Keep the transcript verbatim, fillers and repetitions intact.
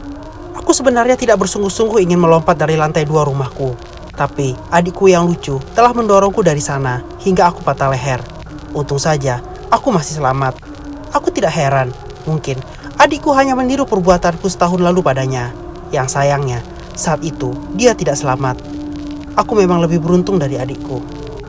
Aku sebenarnya tidak bersungguh-sungguh ingin melompat dari lantai dua rumahku. Tapi adikku yang lucu telah mendorongku dari sana hingga aku patah leher. Untung saja aku masih selamat. Aku tidak heran, mungkin adikku hanya meniru perbuatanku setahun lalu padanya. Yang sayangnya, saat itu dia tidak selamat. Aku memang lebih beruntung dari adikku.